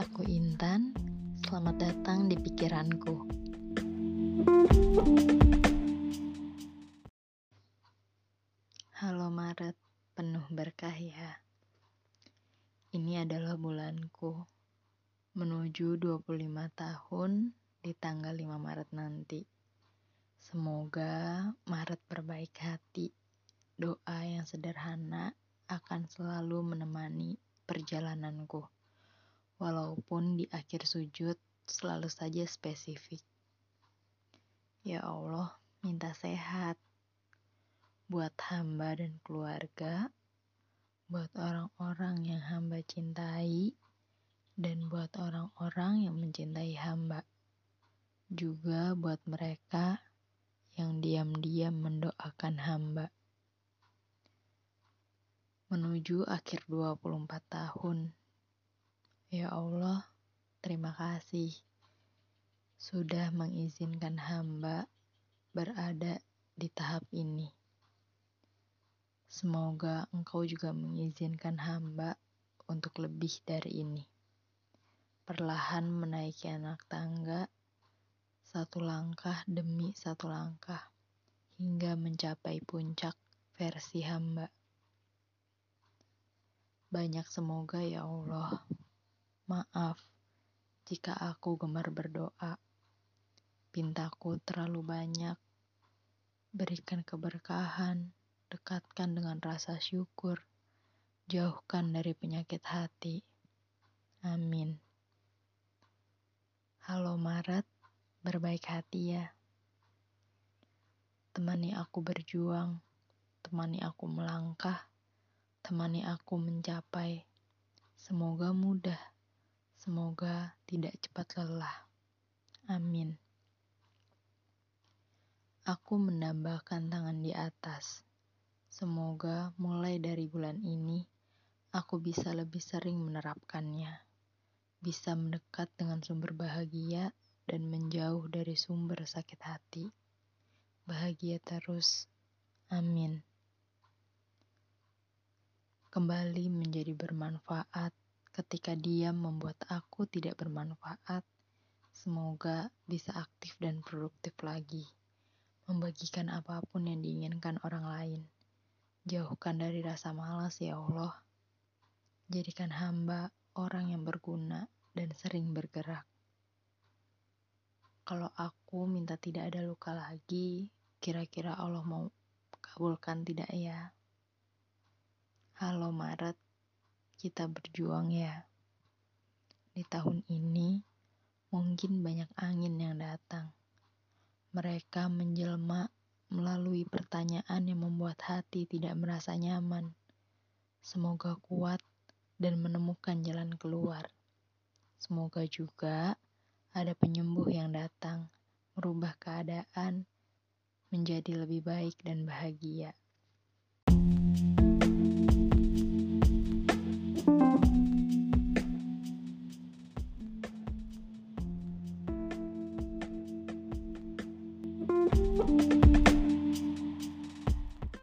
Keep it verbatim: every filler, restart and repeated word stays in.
Aku Intan, selamat datang di pikiranku. Halo Maret, penuh berkah ya. Ini adalah bulanku, menuju dua puluh lima tahun di tanggal lima Maret nanti. Semoga Maret berbaik hati. Doa yang sederhana akan selalu menemani perjalananku. Walaupun di akhir sujud selalu saja spesifik. Ya Allah, minta sehat buat hamba dan keluarga, buat orang-orang yang hamba cintai, dan buat orang-orang yang mencintai hamba. Juga buat mereka yang diam-diam mendoakan hamba. Menuju akhir dua puluh empat tahun. Ya Allah, terima kasih sudah mengizinkan hamba berada di tahap ini. Semoga Engkau juga mengizinkan hamba untuk lebih dari ini. Perlahan menaiki anak tangga, satu langkah demi satu langkah, hingga mencapai puncak versi hamba. Banyak semoga ya Allah. Maaf jika aku gemar berdoa. Pintaku terlalu banyak. Berikan keberkahan, dekatkan dengan rasa syukur, jauhkan dari penyakit hati. Amin. Halo Maret, berbaik hati ya. Temani aku berjuang, temani aku melangkah, temani aku mencapai. Semoga mudah, semoga tidak cepat lelah. Amin. Aku menambahkan tangan di atas. Semoga mulai dari bulan ini, aku bisa lebih sering menerapkannya. Bisa mendekat dengan sumber bahagia dan menjauh dari sumber sakit hati. Bahagia terus. Amin. Kembali menjadi bermanfaat ketika diam membuat aku tidak bermanfaat. Semoga bisa aktif dan produktif lagi. Membagikan apapun yang diinginkan orang lain. Jauhkan dari rasa malas ya Allah. Jadikan hamba orang yang berguna dan sering bergerak. Kalau aku minta tidak ada luka lagi, kira-kira Allah mau kabulkan tidak ya? Halo Maret, kita berjuang ya. Di tahun ini, mungkin banyak angin yang datang. Mereka menjelma melalui pertanyaan yang membuat hati tidak merasa nyaman. Semoga kuat dan menemukan jalan keluar. Semoga juga ada penyembuh yang datang, merubah keadaan menjadi lebih baik dan bahagia.